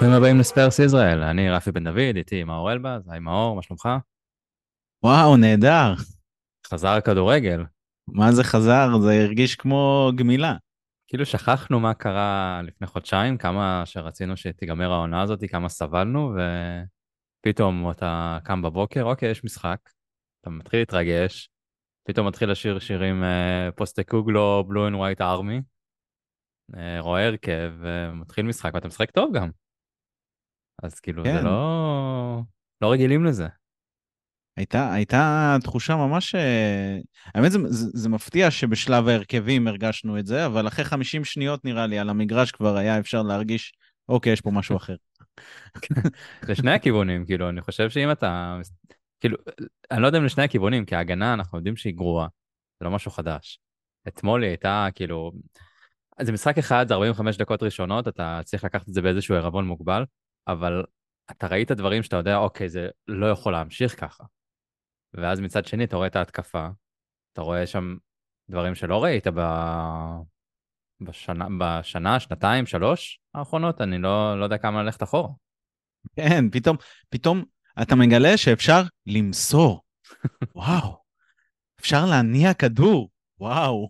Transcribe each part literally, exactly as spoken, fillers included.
ברוכים הבאים לספרס ישראל, אני רפי בן דוד, איתי מאור אלבז, היי מאור, מה שלומך? וואו, נהדר. חזר הכדורגל, מה זה חזר? זה הרגיש כמו גמילה. כאילו שכחנו מה קרה לפני חודשיים, כמה שרצינו שתיגמר העונה הזאת, כמה סבלנו, ופתאום אתה קם בבוקר, אוקיי, יש משחק, אתה מתחיל להתרגש, פתאום מתחיל לשיר שירים פוסטה קוגלו, בלו אנד ווייט ארמי, רואה הרכב, ומתחיל משחק, ואתה משחק טוב גם, אז כאילו זה כן, לא, לא רגילים לזה. הייתה, הייתה תחושה ממש... אה, האמת, זה, זה, זה מפתיע שבשלב ההרכבים הרגשנו את זה, אבל אחרי חמישים שניות נראה לי על המגרש כבר היה אפשר להרגיש, אוקיי, יש פה משהו אחר. לשני הכיוונים, כאילו, אני חושב שאם אתה, כאילו, אני לא יודע אם לשני הכיוונים, כי ההגנה, אנחנו יודעים שהיא גרועה, זה לא משהו חדש. אתמול היא הייתה, כאילו, זה משחק אחד, זה ארבעים וחמש דקות ראשונות, אתה צריך לקחת את זה באיזשהו עירבון מוגבל, אבל אתה ראית דברים שאתה יודע, אוקיי, זה לא יכול להמשיך ככה. ואז מצד שני, אתה רואה את ההתקפה, אתה רואה שם דברים שלא ראית ב... בשנה, בשנה, שנתיים, שלוש האחרונות, אני לא, לא יודע כמה ללכת אחורה. כן, פתאום, פתאום אתה מגלה שאפשר למסור. וואו, אפשר להניע כדור. וואו.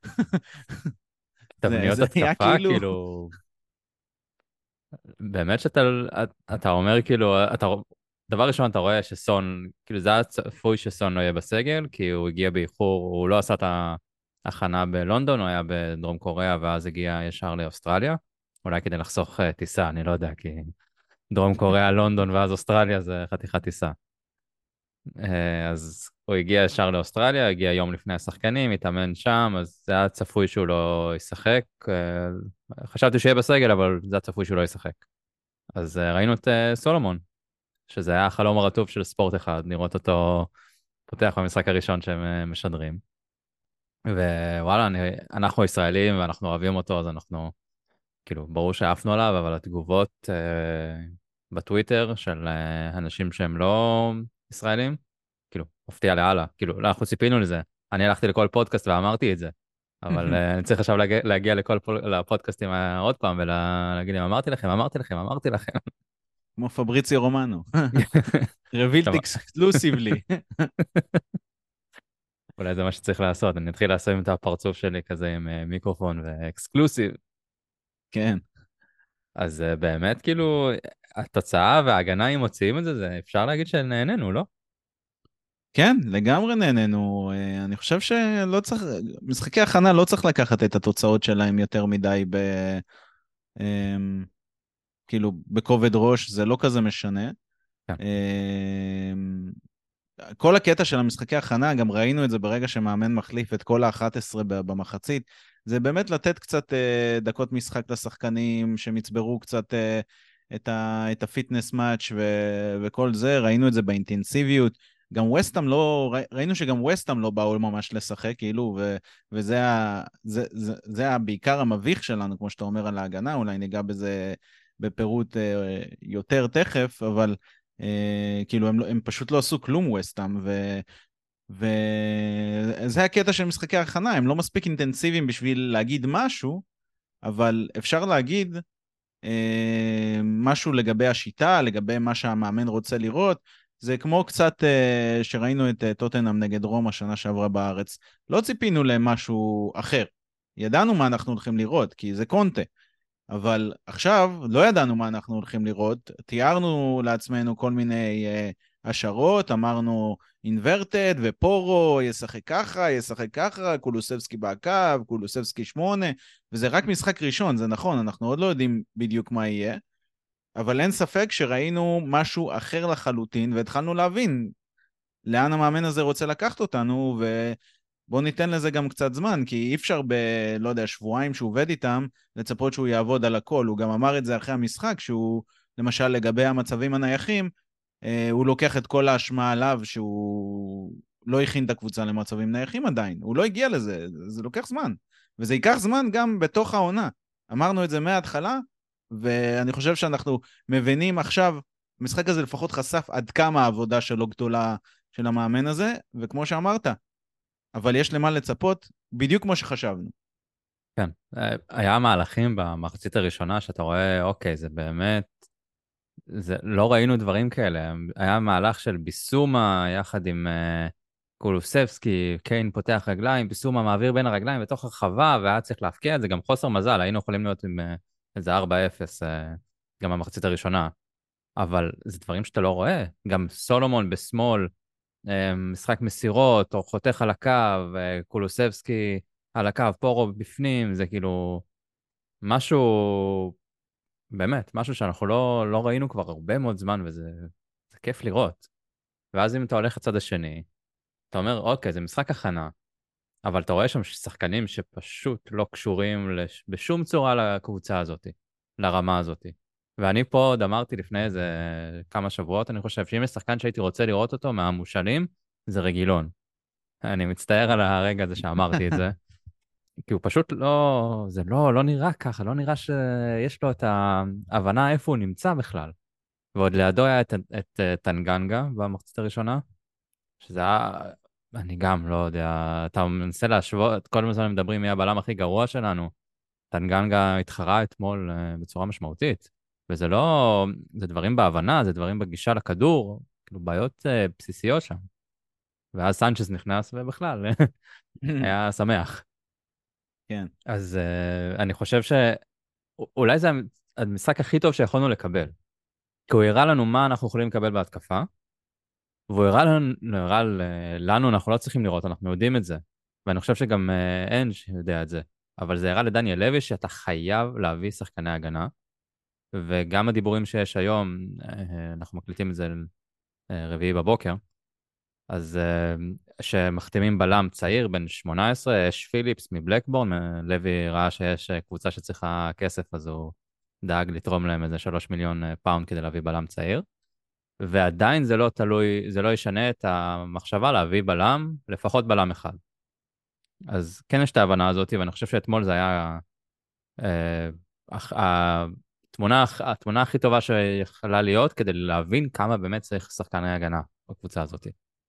זה, תבניות זה היה התקפה, כאילו... כאילו, באמת שאתה אתה אומר כאילו, אתה, דבר ראשון אתה רואה שסון, כאילו זה היה צפוי שסון לא יהיה בסגל, כי הוא הגיע באיחור, הוא לא עשה את ההכנה בלונדון, הוא היה בדרום קוריאה ואז הגיע ישר לאוסטרליה, אולי כדי לחסוך אה, טיסה, אני לא יודע, כי דרום קוריאה, לונדון ואז אוסטרליה זה חתיכת טיסה. אה, אז הוא הגיע ישר לאוסטרליה, הגיע יום לפני השחקנים, התאמן שם, אז זה היה צפוי שהוא לא ישחק. אה, חשבתי שיהיה בסגל, אבל זה היה צפוי שהוא לא ישחק. אז אה, ראינו את אה, סולומון, שזה היה החלום הרטוב של ספורט אחד, לראות אותו פותח במשחק הראשון שהם אה, משדרים. ווואלה, אני, אנחנו ישראלים ואנחנו אוהבים אותו, אז אנחנו, כאילו, ברור שעפנו עליו, אבל התגובות אה, בטוויטר של אה, אנשים שהם לא ישראלים, כאילו, מפתיע לאללה, כאילו, לא, אנחנו ציפינו לזה. אני הלכתי לכל פודקאסט ואמרתי את זה, אבל אה, אני צריך עכשיו להגיע, להגיע לכל פול- לפודקאסטים אה, עוד פעם ולהגיד להם, אמרתי לכם, אמרתי לכם, אמרתי לכם. כמו פבריציו רומנו. רבילט עכשיו, אקסקלוסיבלי. אולי זה מה שצריך לעשות, אני אתחיל לעשות את הפרצוף שלי כזה עם אה, מיקרופון ואקסקלוסיב. כן. אז אה, באמת, כאילו, התוצאה וההגנה, אם מוציאים את זה, זה אפשר להגיד שנהנינו, לא? כן, לגמרי נהנינו. אה, אני חושב שלא צריך, משחקי הכנה לא צריך לקחת את התוצאות שלהם יותר מדי ב... אמ, כאילו, בכובד ראש, זה לא כזה משנה. כן. אמ, כל הקטע של המשחקי הכנה, גם ראינו את זה ברגע שמאמן מחליף את כל ה-אחת עשרה ב- במחצית, זה באמת לתת קצת אה, דקות משחק לשחקנים, שהם יצברו קצת אה, את ה- את הפיטנס מאץ' ו- וכל זה, ראינו את זה באינטנסיביות. גם וסטאם לא, ר- ראינו שגם וסטאם לא באו ממש לשחק, כאילו, ו- וזה ה- זה, זה, זה ה- בעיקר המביך שלנו, כמו שאתה אומר על ההגנה, אולי ניגע בזה בפירוט אה, יותר תכף, אבל... Uh, כאילו הם, לא- הם פשוט לא עשו כלום ווסטהאם, ו... וזה הקטע של משחקי הכנה, הם לא מספיק אינטנסיביים בשביל להגיד משהו, אבל אפשר להגיד uh, משהו לגבי השיטה, לגבי מה שהמאמן רוצה לראות. זה כמו קצת uh, שראינו את uh, טוטנהאם נגד רומא שנה שעברה בארץ. לא ציפינו למשהו אחר. ידענו מה אנחנו הולכים לראות, כי זה קונטה. אבל עכשיו לא ידענו מה אנחנו הולכים לראות, תיארנו לעצמנו כל מיני uh, השערות, אמרנו אינברטד ופורו ישחק ככה, ישחק ככה, קולוסבסקי בעקב, קולוסבסקי שמונה, וזה רק משחק ראשון, זה נכון, אנחנו עוד לא יודעים בדיוק מה יהיה, אבל אין ספק שראינו משהו אחר לחלוטין, והתחלנו להבין לאן המאמן הזה רוצה לקחת אותנו, ו... בוא ניתן לזה גם קצת זמן, כי אי אפשר ב... לא יודע, שבועיים שהוא עובד איתם, לצפות שהוא יעבוד על הכל. הוא גם אמר את זה אחרי המשחק, שהוא, למשל, לגבי המצבים הנייחים, אה, הוא לוקח את כל האשמה עליו, שהוא לא הכין את הקבוצה למצבים נייחים עדיין. הוא לא הגיע לזה, זה לוקח זמן. וזה ייקח זמן גם בתוך העונה. אמרנו את זה מההתחלה, ואני חושב שאנחנו מבינים עכשיו, המשחק הזה לפחות חשף עד כמה העבודה שלו גדולה של המאמן הזה, וכמו שאמרת, אבל יש למה לצפות, בדיוק כמו שחשבנו. כן, אה, היה מהלכים במחצית הראשונה שאתה רואה, אוקיי, זה באמת, זה, לא ראינו דברים כאלה. היה מהלך של ביסומה יחד עם uh, קולוסבסקי, קיין פותח רגליים, ביסומה מעביר בין הרגליים בתוך הרחבה, והיה צריך להפקיע את זה, גם חוסר מזל, היינו יכולים להיות עם uh, איזה ארבע אפס, uh, גם במחצית הראשונה. אבל זה דברים שאתה לא רואה. גם סולומון בשמאל, uh, משחק מסירות, או חותך על הקו, uh, קולוסבסקי על הקו, פורו בפנים, זה כאילו משהו... באמת, משהו שאנחנו לא, לא ראינו כבר הרבה מאוד זמן, וזה זה כיף לראות. ואז אם אתה הולך לצד השני, אתה אומר, אוקיי, זה משחק הכנה, אבל אתה רואה שם שחקנים שפשוט לא קשורים לש... בשום צורה לקבוצה הזאת, לרמה הזאת. ואני פה עוד אמרתי לפני איזה כמה שבועות, אני חושב שאם יש שחקן שהייתי רוצה לראות אותו מהמושאלים, זה רגילון. אני מצטער על הרגע הזה שאמרתי את זה, כי הוא פשוט לא, זה לא, לא נראה ככה, לא נראה שיש לו את ההבנה איפה הוא נמצא בכלל. ועוד לידו היה את, את, את טנגנגה במחצית הראשונה, שזה היה, אני גם לא יודע, אתה מנסה להשוות, כל הזמן מדברים מי הבלם הכי גרוע שלנו. טנגנגה התחרה אתמול uh, בצורה משמעותית, וזה לא, זה דברים בהבנה, זה דברים בגישה לכדור, כאילו בעיות uh, בסיסיות שם. ואז סנצ'ס נכנס ובכלל היה שמח. כן. אז uh, אני חושב שאולי זה המשחק הכי טוב שיכולנו לקבל. כי הוא הראה לנו מה אנחנו יכולים לקבל בהתקפה, והוא הראה לנו, הראה לנו, אנחנו לא צריכים לראות, אנחנו יודעים את זה. ואני חושב שגם אה, אנג' יודע את זה. אבל זה הראה לדניאל לוי שאתה חייב להביא שחקני הגנה, וגם הדיבורים שיש היום, אה, אנחנו מקליטים את זה אה, רביעי בבוקר, אז אה, שמחתימים בלם צעיר, בן שמונה עשרה, אש פיליפס מבלקבורן, אה, לוי ראה שיש אה, קבוצה שצריכה כסף, אז הוא דאג לתרום להם איזה שלוש מיליון אה, פאונד כדי להביא בלם צעיר. ועדיין זה לא תלוי, זה לא ישנה את המחשבה להביא בלם, לפחות בלם אחד. אז כן יש את ההבנה הזאת, ואני חושב שאתמול זה היה אה, התמונה, התמונה הכי טובה שיכולה להיות, כדי להבין כמה באמת צריך שחקני הגנה בקבוצה הזאת.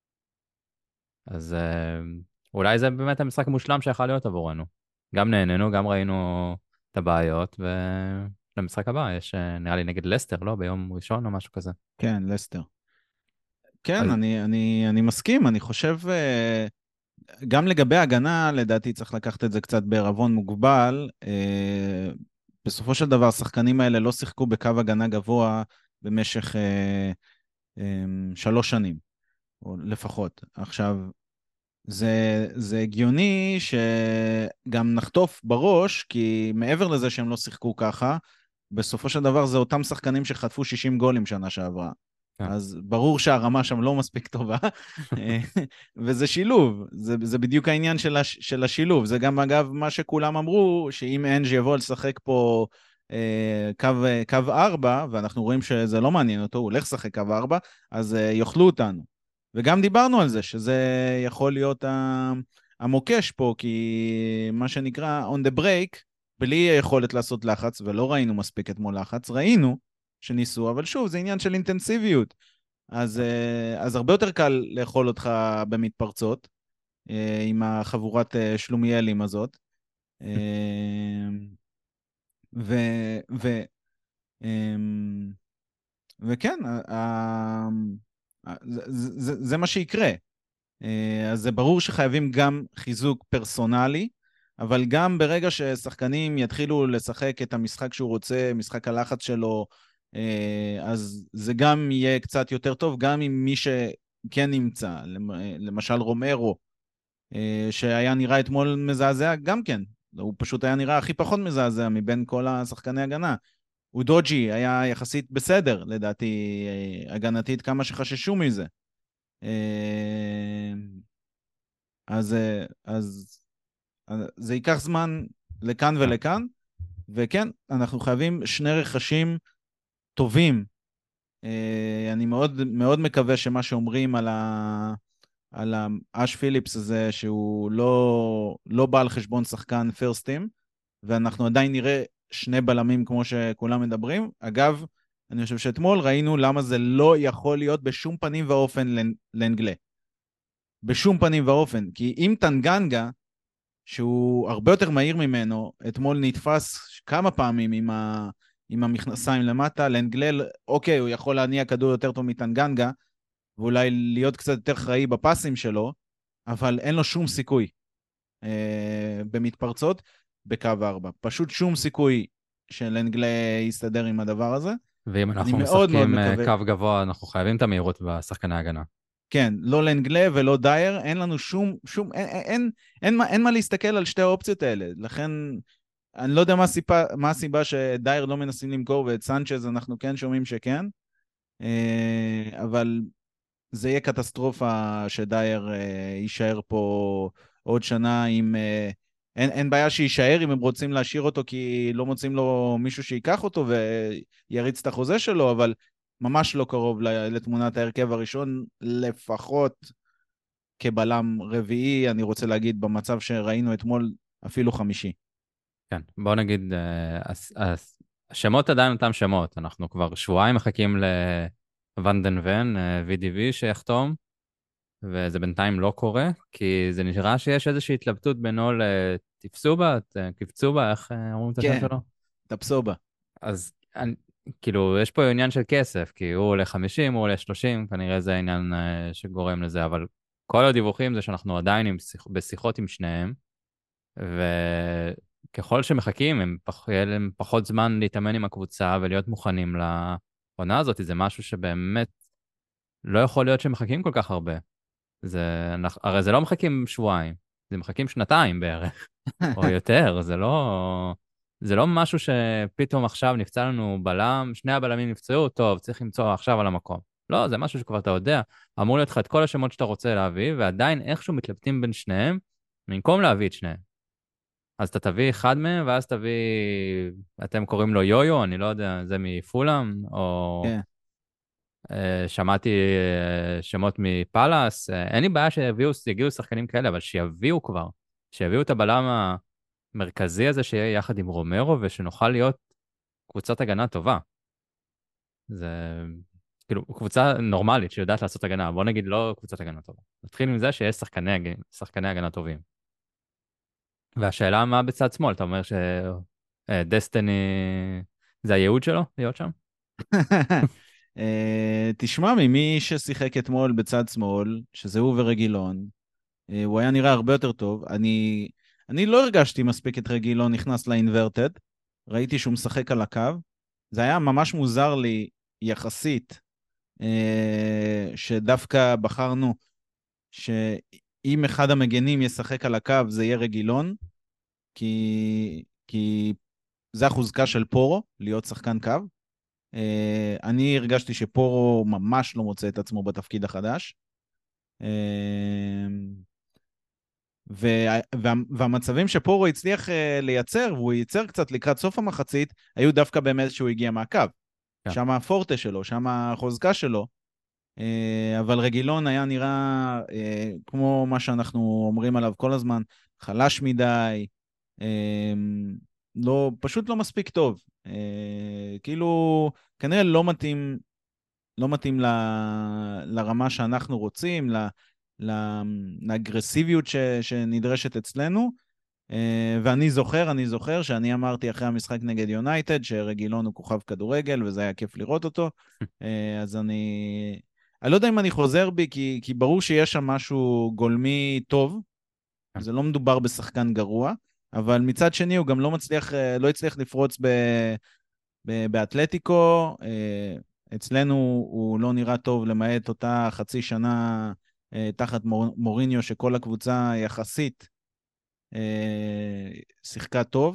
אז אה, אולי זה באמת המשחק המושלם שיכול להיות עבורנו. גם נהנינו, גם ראינו את הבעיות, ולמשחק הבא יש, אה, נראה לי, נגד לסטר, לא? ביום ראשון או משהו כזה. כן, לסטר. כן, אז אני, אני, אני מסכים, אני חושב, אה, גם לגבי הגנה, לדעתי צריך לקחת את זה קצת בערבון מוגבל. אה, בסופו של דבר, השחקנים האלה לא שיחקו בקו הגנה גבוה במשך אה, אה, שלוש שנים, או לפחות. עכשיו, זה, זה הגיוני שגם נחטוף בראש, כי מעבר לזה שהם לא שיחקו ככה, בסופו של דבר זה אותם שחקנים שחטפו שישים גולים שנה שעברה. כן. אז ברור שהרמה שם לא מספיק טובה, וזה שילוב, זה, זה בדיוק העניין של, הש, של השילוב. זה גם אגב מה שכולם אמרו, שאם אנג' יבוא לשחק פה אה, קו, קו ארבע, ואנחנו רואים שזה לא מעניין אותו, הוא הולך לשחק קו ארבע, אז אה, יאכלו אותנו. וגם דיברנו על זה, שזה יכול להיות המוקש פה, כי מה שנקרא on the break, בלי היכולת לעשות לחץ, ולא ראינו מספיק אתמול לחץ, ראינו שניסו, אבל שוב, זה עניין של אינטנסיביות. אז, אז הרבה יותר קל לאכול אותך במתפרצות, עם החבורת שלומיילים הזאת. ו, ו, וכן, זה, זה, זה מה שיקרה. אז זה ברור שחייבים גם חיזוק פרסונלי, אבל גם ברגע ששחקנים יתחילו לשחק את המשחק שהוא רוצה, משחק הלחץ שלו, אז זה גם יהיה קצת יותר טוב, גם עם מי שכן נמצא, למשל רומרו, שהיה נראה אתמול מזעזע, גם כן, הוא פשוט היה נראה הכי פחות מזעזע מבין כל השחקני הגנה. אודוג'י היה יחסית בסדר, לדעתי, הגנתית, כמה שחששו מזה. אז, אז, אז זה ייקח זמן לכאן ולכאן, וכן, אנחנו חייבים שני רכשים טובים. אני מאוד, מאוד מקווה שמה שאומרים על ה... על האש פיליפס הזה, שהוא לא, לא בא על חשבון שחקן פירסט טים, ואנחנו עדיין נראה שני בלמים כמו שכולם מדברים. אגב, אני חושב שאתמול ראינו למה זה לא יכול להיות בשום פנים ואופן לאנגלה. בשום פנים ואופן, כי אם טנגנגה, שהוא הרבה יותר מהיר ממנו, אתמול נתפס כמה פעמים עם, ה, עם המכנסיים למטה, לנגלל, אוקיי, הוא יכול להניע כדור יותר טוב מטנגנגה, ואולי להיות קצת יותר אחראי בפסים שלו, אבל אין לו שום סיכוי אה, במתפרצות בקו ארבע. פשוט שום סיכוי שלנגלה יסתדר עם הדבר הזה. ואם אני אנחנו מאוד מאוד משחקים אה, מקווה, קו גבוה, אנחנו חייבים את המהירות בשחקני ההגנה. כן, לא לנגלה ולא דייר, אין לנו שום, שום, אין, אין, אין, אין, מה, אין מה להסתכל על שתי האופציות האלה. לכן, אני לא יודע מה הסיבה, מה הסיבה שדייר לא מנסים למכור, ואת סנצ'ז אנחנו כן שומעים שכן, אה, אבל זה יהיה קטסטרופה שדייר אה, יישאר פה עוד שנה עם... אה, אין, אין בעיה שיישאר אם הם רוצים להשאיר אותו כי לא מוצאים לו מישהו שיקח אותו ויריץ את החוזה שלו, אבל ממש לא קרוב לתמונת ההרכב הראשון, לפחות כבלם רביעי, אני רוצה להגיד, במצב שראינו אתמול, אפילו חמישי. כן, בוא נגיד, אה, הס- הס- השמות עדיין אותם שמות, אנחנו כבר שבועיים מחכים לוונדן ון, וי די וי שיחתום, וזה בינתיים לא קורה, כי זה נראה שיש איזושהי התלבטות בינו לטיפסובה, קיפצובה, איך אה, אומרים את השם כן, שלו? תפסובה. אז אני, כאילו, יש פה עניין של כסף, כי הוא עולה חמישים, הוא עולה שלושים, כנראה זה העניין אה, שגורם לזה, אבל כל הדיווחים זה שאנחנו עדיין עם שיח, בשיחות עם שניהם, וככל שמחכים, הם, פח, יהיה להם פחות זמן להתאמן עם הקבוצה ולהיות מוכנים לעונה הזאת, זה משהו שבאמת לא יכול להיות שמחכים כל כך הרבה. זה, הרי זה לא מחכים שבועיים, זה מחכים שנתיים בערך, או יותר, זה לא, זה לא משהו שפתאום עכשיו נפצע לנו בלם, שני הבלמים נפצעו, טוב, צריך למצוא עכשיו על המקום. לא, זה משהו שכבר אתה יודע, אמור להיות לך את כל השמות שאתה רוצה להביא, ועדיין איכשהו מתלבטים בין שניהם, במקום להביא את שניהם. אז אתה תביא אחד מהם, ואז תביא, אתם קוראים לו יו-יו, אני לא יודע, זה מפולאם, או כן. אה, שמעתי אה, שמות מפאלאס, אה, אין לי בעיה שיגיעו שחקנים כאלה, אבל שיביאו כבר, שיביאו את הבלם המרכזי הזה שיהיה יחד עם רומרו, ושנוכל להיות קבוצת הגנה טובה. זה כאילו קבוצה נורמלית שיודעת לעשות הגנה, בוא נגיד לא קבוצת הגנה טובה. נתחיל עם זה שיש שחקני, הג- שחקני הגנה טובים. והשאלה מה בצד שמאל, אתה אומר שדסטיני זה הייעוד שלו, להיות שם? אה, תשמע, ממי ששיחק אתמול בצד שמאל, שזה הוא ורגילון, אה, הוא היה נראה הרבה יותר טוב. אני, אני לא הרגשתי מספיק את רגילון נכנס לאינברטד, ראיתי שהוא משחק על הקו. זה היה ממש מוזר לי יחסית, אה, שדווקא בחרנו שאם אחד המגנים ישחק על הקו זה יהיה רגילון, כי, כי זה החוזקה של פורו, להיות שחקן קו. Uh, אני הרגשתי שפורו ממש לא מוצא את עצמו בתפקיד החדש. Uh, וה, וה, והמצבים שפורו הצליח uh, לייצר, והוא ייצר קצת לקראת סוף המחצית, היו דווקא באמת שהוא הגיע מהקו. כן. שם הפורטה שלו, שם החוזקה שלו. Uh, אבל רגילון היה נראה uh, כמו מה שאנחנו אומרים עליו כל הזמן, חלש מדי, uh, לא, פשוט לא מספיק טוב. Uh, כאילו, כנראה לא מתאים, לא מתאים ל, לרמה שאנחנו רוצים, ל, ל, לאגרסיביות ש, שנדרשת אצלנו. Uh, ואני זוכר, אני זוכר שאני אמרתי אחרי המשחק נגד יונייטד, שרגילון הוא כוכב כדורגל, וזה היה כיף לראות אותו. Uh, אז אני... אני לא יודע אם אני חוזר בי, כי, כי ברור שיש שם משהו גולמי טוב. זה לא מדובר בשחקן גרוע. אבל מצד שני הוא גם לא מצליח, לא הצליח לפרוץ ב, ב, באתלטיקו. אצלנו הוא לא נראה טוב למעט אותה חצי שנה תחת מוריניו, שכל הקבוצה יחסית שיחקה טוב.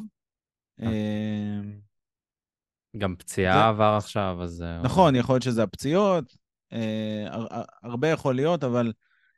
גם פציעה זה... עבר עכשיו, אז... נכון, יכול להיות שזה הפציעות, הרבה יכול להיות, אבל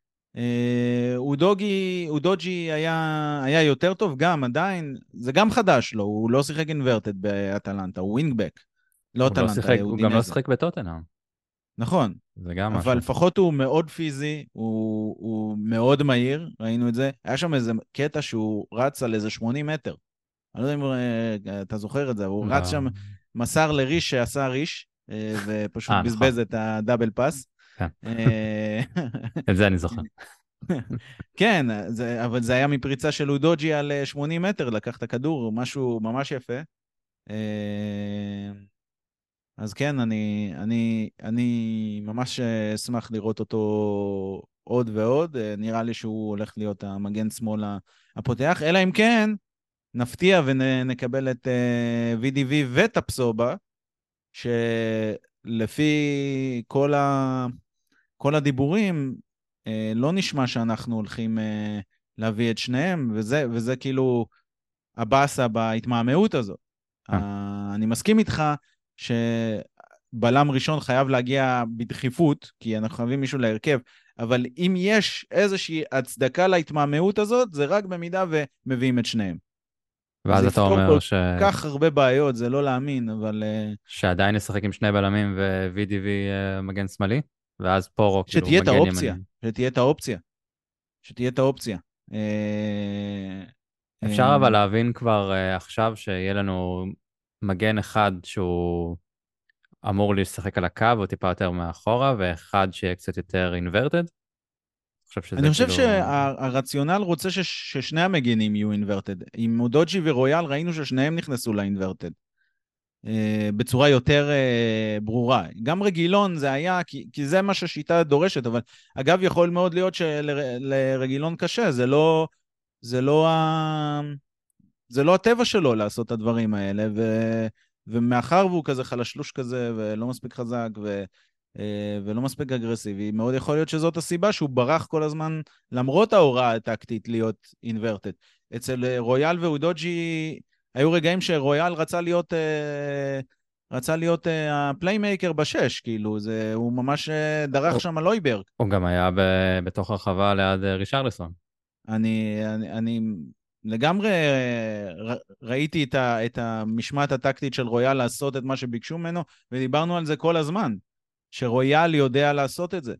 אודוגי, אודוג'י היה, היה יותר טוב, גם עדיין, זה גם חדש לו, הוא לא שיחק אינברטד באטלנטה, הוא ווינגבק, לא הוא, לא אטלנטה, שיחק, הוא גם לא אודינזה. שיחק בטוטנהאם, נכון, זה גם אבל משהו. לפחות הוא מאוד פיזי, הוא, הוא מאוד מהיר, ראינו את זה. היה שם איזה קטע שהוא רץ על איזה שמונים מטר. אני לא יודע אם אה, אתה זוכר את זה, הוא רץ לא. שם, מסר לריש שעשה ריש, אה, ופשוט אה, נכון, בזבז את הדאבל פאס. כן. אה, את זה אני זוכר. כן, זה, אבל זה היה מפריצה של אודוג'י על שמונים מטר, לקח את הכדור, משהו ממש יפה. אה, אז כן, אני, אני, אני ממש אשמח לראות אותו עוד ועוד. אה, נראה לי שהוא הולך להיות המגן שמאל הפותח, אלא אם כן נפתיע ונקבל את וי די וי ואת הפסובה, שלפי כל ה... כל הדיבורים, אה, לא נשמע שאנחנו הולכים אה, להביא את שניהם, וזה, וזה כאילו הבאסה בהתמהמהות הזאת. כן. אה, אני מסכים איתך שבלם ראשון חייב להגיע בדחיפות, כי אנחנו חייבים מישהו להרכב, אבל אם יש איזושהי הצדקה להתמהמהות הזאת, זה רק במידה ומביאים את שניהם. ואז וזה אתה יפתור אומר כל ש... כך הרבה בעיות, זה לא להאמין, אבל אה, שעדיין נשחק עם שני בלמים ו-וי די וי אה, מגן שמאלי, ואז פורו כאילו שתהיה את מגן האופציה, ימני. שתהיה את האופציה, שתהיה את האופציה. אה, אפשר אבל אמ, להבין כבר uh, עכשיו שיהיה לנו מגן אחד שהוא אמור לשחק על הקו או טיפה יותר מאחורה, ואחד שיהיה קצת יותר inverted. אני חושב שזה אני חושב כאילו... שהרציונל רוצה ש- ששני המגינים יהיו אינברטד. עם מודוג'י ורויאל ראינו ששניהם נכנסו לאינברטד. בצורה יותר uh, ברורה. גם רגילון זה היה, כי, כי זה מה שהשיטה דורשת, אבל אגב יכול מאוד להיות שלרגילון קשה, זה לא, זה לא, ה... זה לא הטבע שלו לעשות את הדברים האלה, ו... ומאחר והוא כזה חלשלוש כזה, ולא מספיק חזק, ו... אה, ולא מספיק אגרסיבי, מאוד יכול להיות שזאת הסיבה שהוא ברח כל הזמן, למרות ההוראה הטקטית להיות אינברטד. אצל אה, רויאל ואודוג'י, היו רגעים שרויאל רצה להיות, אה, רצה להיות אה, הפליימייקר בשש, כאילו, זה, הוא ממש אה, דרך הוא, שם על לויברג. הוא גם היה ב- בתוך הרחבה ליד אה, רישרליסון. אני, אני, אני לגמרי ר, ראיתי את, ה, את המשמעת הטקטית של רויאל לעשות את מה שביקשו ממנו, ודיברנו על זה כל הזמן, שרויאל יודע לעשות את זה.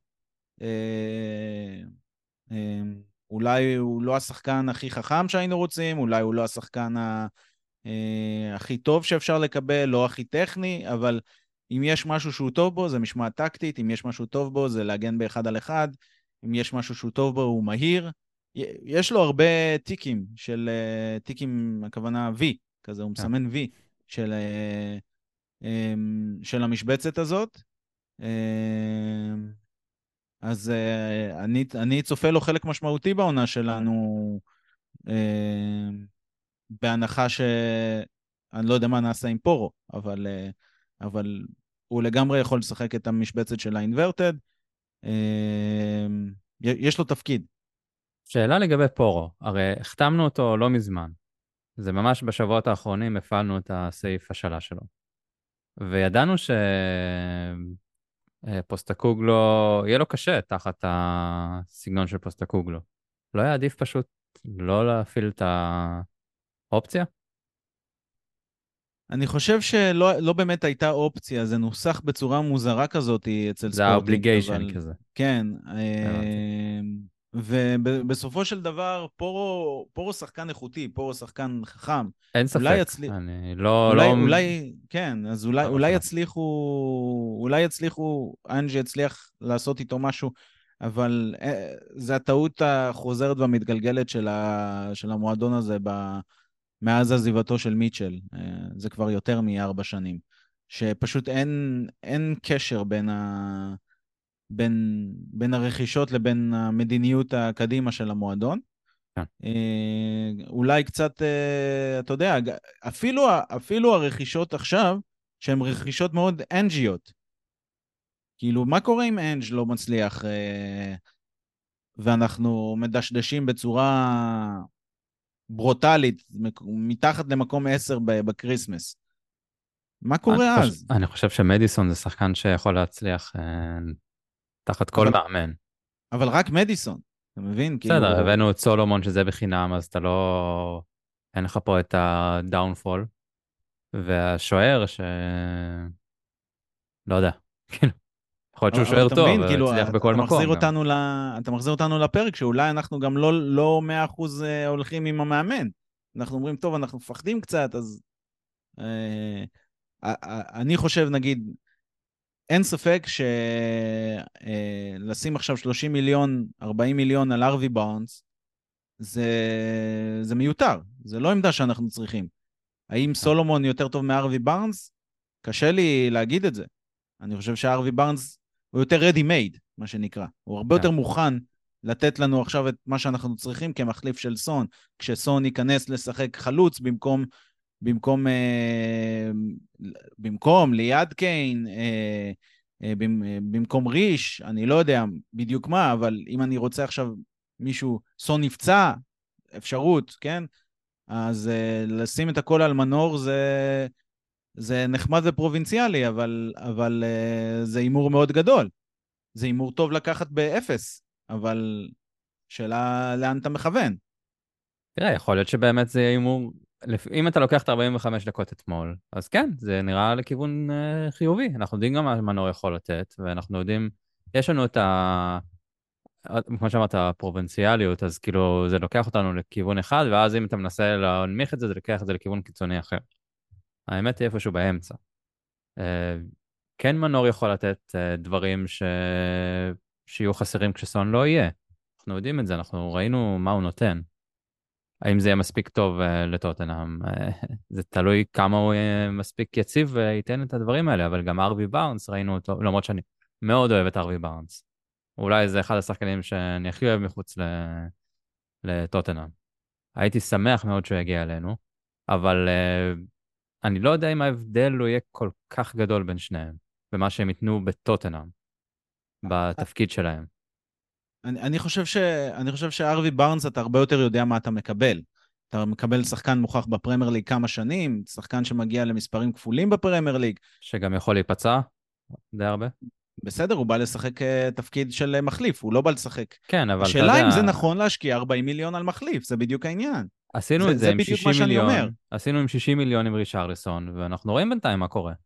אה, אה, אולי הוא לא השחקן הכי חכם שהיינו רוצים, אולי הוא לא השחקן ה, אה, הכי טוב שאפשר לקבל, לא הכי טכני, אבל אם יש משהו שהוא טוב בו, זה משמעת טקטית, אם יש משהו טוב בו, זה להגן באחד על אחד, אם יש משהו שהוא טוב בו, הוא מהיר. יש לו הרבה טיקים של, אה, טיקים, הכוונה V, כזה, הוא כן. מסמן V של, אה, אמ, של המשבצת הזאת. אמ, אז אה, אני, אני צופה לו חלק משמעותי בעונה שלנו, אמ, בהנחה ש... אני לא יודע מה נעשה עם פורו, אבל, אה, אבל הוא לגמרי יכול לשחק את המשבצת של האינברטד. אמ, יש לו תפקיד. שאלה לגבי פורו, הרי החתמנו אותו לא מזמן. זה ממש בשבועות האחרונים הפעלנו את הסעיף השאלה שלו. וידענו שפוסטקוגלו, יהיה לו קשה תחת הסגנון של פוסטקוגלו. לא היה עדיף פשוט לא להפעיל את האופציה? אני חושב שלא לא באמת הייתה אופציה, זה נוסח בצורה מוזרה כזאת אצל זה ספורטינג, ה-obligation אבל כזה. כן. הבנתי. אה, ובסופו של דבר, פורו, פורו שחקן איכותי, פורו שחקן חכם. אין אולי ספק. יצליח, אני לא, אולי, לא, אולי, כן, אז אולי, לא אולי בשלב. יצליחו, אולי יצליחו, אנג'י יצליח לעשות איתו משהו, אבל אה, זה הטעות החוזרת והמתגלגלת של, ה, של המועדון הזה ב, מאז עזיבתו של מיטשל. אה, זה כבר יותר מארבע שנים. שפשוט אין, אין קשר בין, ה, בין, בין הרכישות לבין המדיניות הקדימה של המועדון. כן. אה, אולי קצת, אה, אתה יודע, אפילו, אפילו הרכישות עכשיו, שהן רכישות מאוד אנג'יות. כאילו, מה קורה אם אנג' לא מצליח, אה, ואנחנו מדשדשים בצורה ברוטלית, מתחת למקום עשר בקריסמס? מה אני קורה חושב, אז? אני חושב שמדיסון זה שחקן שיכול להצליח אה, תחת כל אבל, מאמן. אבל רק מדיסון, אתה מבין? בסדר, כאילו, הבאנו את סולומון שזה בחינם, אז אתה לא... אין לך פה את הדאונפול. והשוער ש... לא יודע. כאילו, יכול להיות אבל, שהוא אבל שוער אתה טוב, מבין, כאילו, והצליח בכל אתה מחזיר מקום גם. אותנו ל, אתה מחזיר אותנו לפרק, שאולי אנחנו גם לא, לא מאה אחוז הולכים עם המאמן. אנחנו אומרים, טוב, אנחנו מפחדים קצת, אז... אה, אה, אה, אני חושב, נגיד, אין ספק שלשים עכשיו שלושים מיליון, ארבעים מיליון על ארווי בארנס, זה, זה מיותר, זה לא עמדה שאנחנו צריכים. האם סולומון יותר טוב מארווי בארנס? קשה לי להגיד את זה. אני חושב שארווי בארנס הוא יותר ready made, מה שנקרא. הוא הרבה כן. יותר מוכן לתת לנו עכשיו את מה שאנחנו צריכים כמחליף של סון, כשסון ייכנס לשחק חלוץ במקום, במקום, אה, במקום ליד קיין, אה, אה, במקום ריש, אני לא יודע בדיוק מה, אבל אם אני רוצה עכשיו מישהו, סון נפצע, אפשרות, כן? אז uh, לשים את הכל על מנור זה, זה נחמד ופרובינציאלי, אבל, אבל uh, זה אימור מאוד גדול. זה אימור טוב לקחת באפס, אבל שאלה לאן אתה מכוון. תראה, יכול להיות שבאמת זה יהיה הימור, לפ- אם אתה לוקח את ארבעים וחמש דקות אתמול, אז כן, זה נראה לכיוון אה, חיובי. אנחנו יודעים גם מה מנור יכול לתת, ואנחנו יודעים, יש לנו את ה... כמו שאמרת, הפרובינציאליות, אז כאילו זה לוקח אותנו לכיוון אחד, ואז אם אתה מנסה להנמיך את זה, זה לוקח את זה לכיוון קיצוני אחר. האמת היא איפשהו באמצע. אה, כן מנור יכול לתת אה, דברים ש... שיהיו חסרים כשסון לא יהיה. אנחנו יודעים את זה, אנחנו ראינו מה הוא נותן. האם זה יהיה מספיק טוב uh, לטוטנהאם? Uh, זה תלוי כמה הוא יהיה מספיק יציב וייתן את הדברים האלה, אבל גם ארווי בארנס, ראינו אותו, למרות שאני מאוד אוהב את ארווי בארנס. אולי זה אחד השחקנים שאני הכי אוהב מחוץ ל... לטוטנהאם. הייתי שמח מאוד שהוא יגיע אלינו, אבל uh, אני לא יודע אם ההבדל לא יהיה כל כך גדול בין שניהם, במה שהם ייתנו בטוטנהאם, בתפקיד שלהם. אני, אני חושב ש, אני חושב שארווי בארנס, אתה הרבה יותר יודע מה אתה מקבל. אתה מקבל שחקן מוכח בפרמייר ליג כמה שנים, שחקן שמגיע למספרים כפולים בפרמייר ליג. שגם יכול להיפצע די הרבה. בסדר, הוא בא לשחק uh, תפקיד של uh, מחליף, הוא לא בא לשחק. כן, אבל אתה השאלה אם זה יודע, נכון להשקיע ארבעים מיליון על מחליף, זה בדיוק העניין. עשינו זה, את זה זה עם בדיוק מה שישים שאני אומר. מיליון, עשינו עם שישים מיליון עם רישרליסון, ואנחנו רואים בינתיים מה קורה.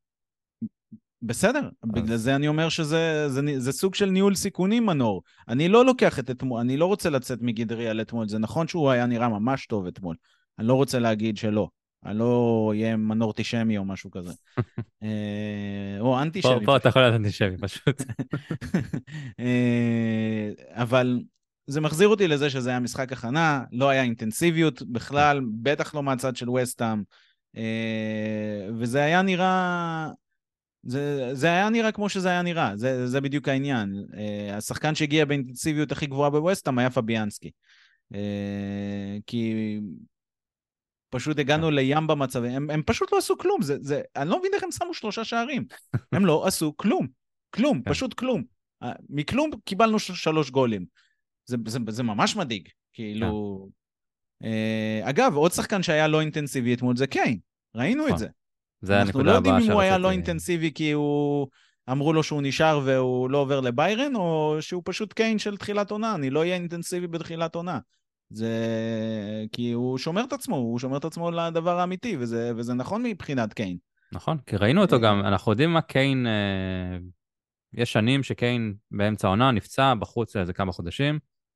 בסדר, בגלל אז זה אני אומר שזה זה, זה סוג של ניהול סיכונים, מנור. אני לא לוקח את אתמול, אני לא רוצה לצאת מגדרי על אתמול. זה נכון שהוא היה נראה ממש טוב אתמול. אני לא רוצה להגיד שלא. אני לא אהיה מנור טישמי או משהו כזה. אה, או פה, אנטישמי פה אתה פשוט. יכול להיות אנטישמי פשוט. אה, אבל זה מחזיר אותי לזה שזה היה משחק הכנה, לא היה אינטנסיביות בכלל, בטח לא מהצד של וסטהאם. אה, וזה היה נראה... זה, זה היה נראה כמו שזה היה נראה, זה, זה בדיוק העניין. Uh, השחקן שהגיע באינטנסיביות הכי גבוהה בווסטהאם היה פביאנסקי. Uh, כי פשוט הגענו לים במצבים, הם, הם פשוט לא עשו כלום, זה, זה, אני לא מבין איך הם שמו שלושה שערים. הם לא עשו כלום, כלום, כן, פשוט כלום. Uh, מכלום קיבלנו ש- שלוש גולים. זה, זה, זה ממש מדאיג, כן, כאילו... Uh, אגב, עוד שחקן שהיה לא אינטנסיבי אתמול זה קיין, ראינו את נכון. זה. זה אנחנו לא הנקודה יודעים הבאה אם הוא היה שרציתי. לא אינטנסיבי כי הוא... אמרו לו שהוא נשאר והוא לא עובר לביירן, או שהוא פשוט קיין של תחילת עונה, אני לא אהיה אינטנסיבי בתחילת עונה. זה... כי הוא שומר את עצמו, הוא שומר את עצמו לדבר האמיתי, וזה, וזה נכון מבחינת קיין. נכון, כי ראינו אותו אה, גם, אנחנו יודעים מה קיין, אה, יש שנים שקיין באמצע העונה נפצע בחוץ לאיזה כמה חודשים,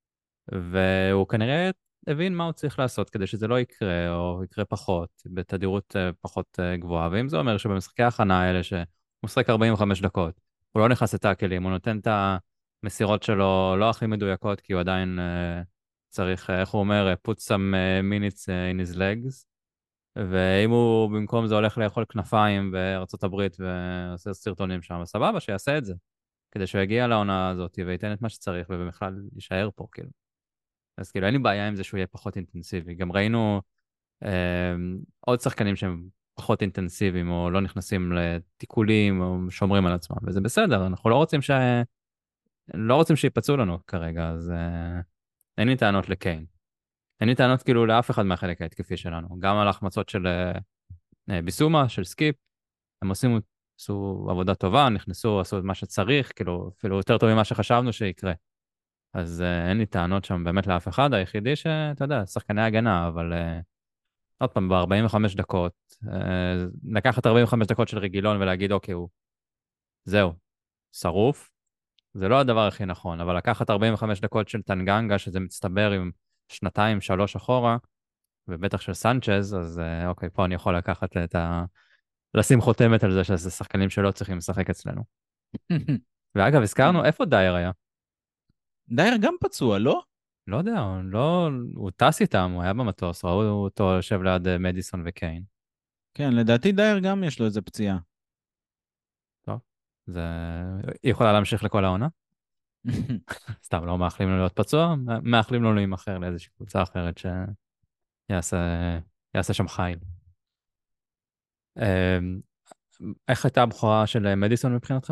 והוא כנראה הבין מה הוא צריך לעשות כדי שזה לא יקרה, או יקרה פחות, בתדירות אה, פחות אה, גבוהה. ואם זה אומר שבמשחקי ההכנה האלה, שהוא משחק ארבעים וחמש דקות, הוא לא נכנס לטאקלים, הוא נותן את המסירות שלו לא הכי מדויקות, כי הוא עדיין אה, צריך, אה, איך הוא אומר, put some אה, minutes אה, in his legs, ואם הוא במקום זה הולך לאכול כנפיים בארצות הברית ועושה סרטונים שם, סבבה, שיעשה את זה, כדי שהוא יגיע לעונה הזאת וייתן את מה שצריך ובכלל יישאר פה, כאילו. אז כאילו אין לי בעיה עם זה שהוא יהיה פחות אינטנסיבי. גם ראינו אה, עוד שחקנים שהם פחות אינטנסיביים, או לא נכנסים לתיקולים, או שומרים על עצמם, וזה בסדר, אנחנו לא רוצים ש... לא רוצים שיפצעו לנו כרגע, אז אה, אין לי טענות לקיין. אין לי טענות כאילו לאף אחד מהחלק ההתקפי שלנו, גם על ההחמצות של אה, אה, ביסומה, של סקיפ, הם עושים, עשו עבודה טובה, נכנסו, עשו את מה שצריך, כאילו אפילו יותר טוב ממה שחשבנו שיקרה. אז uh, אין לי טענות שם באמת לאף אחד, היחידי שאתה יודע, שחקני הגנה, אבל uh, עוד פעם, ב-ארבעים וחמש דקות, uh, לקחת ארבעים וחמש דקות של רגילון ולהגיד, אוקיי, הוא, זהו, שרוף, זה לא הדבר הכי נכון, אבל לקחת ארבעים וחמש דקות של טנגנגה, שזה מצטבר עם שנתיים, שלוש אחורה, ובטח של סנצ'ז, אז uh, אוקיי, פה אני יכול לקחת את ה... לשים חותמת על זה שזה שחקנים שלא צריכים לשחק אצלנו. ואגב, הזכרנו, איפה דייר היה? דייר גם פצוע, לא? לא יודע, הוא לא, הוא טס איתם, הוא היה במטוס, ראו אותו יושב ליד אה, מדיסון וקיין. כן, לדעתי דייר גם יש לו איזה פציעה. טוב, זה... היא יכולה להמשיך לכל העונה? סתם, לא מאחלים לו להיות פצוע, מאחלים לו להימכר לאיזושהי קבוצה אחרת שיעשה יעשה שם חיל. אמ, איך הייתה הבכורה של מדיסון מבחינתך?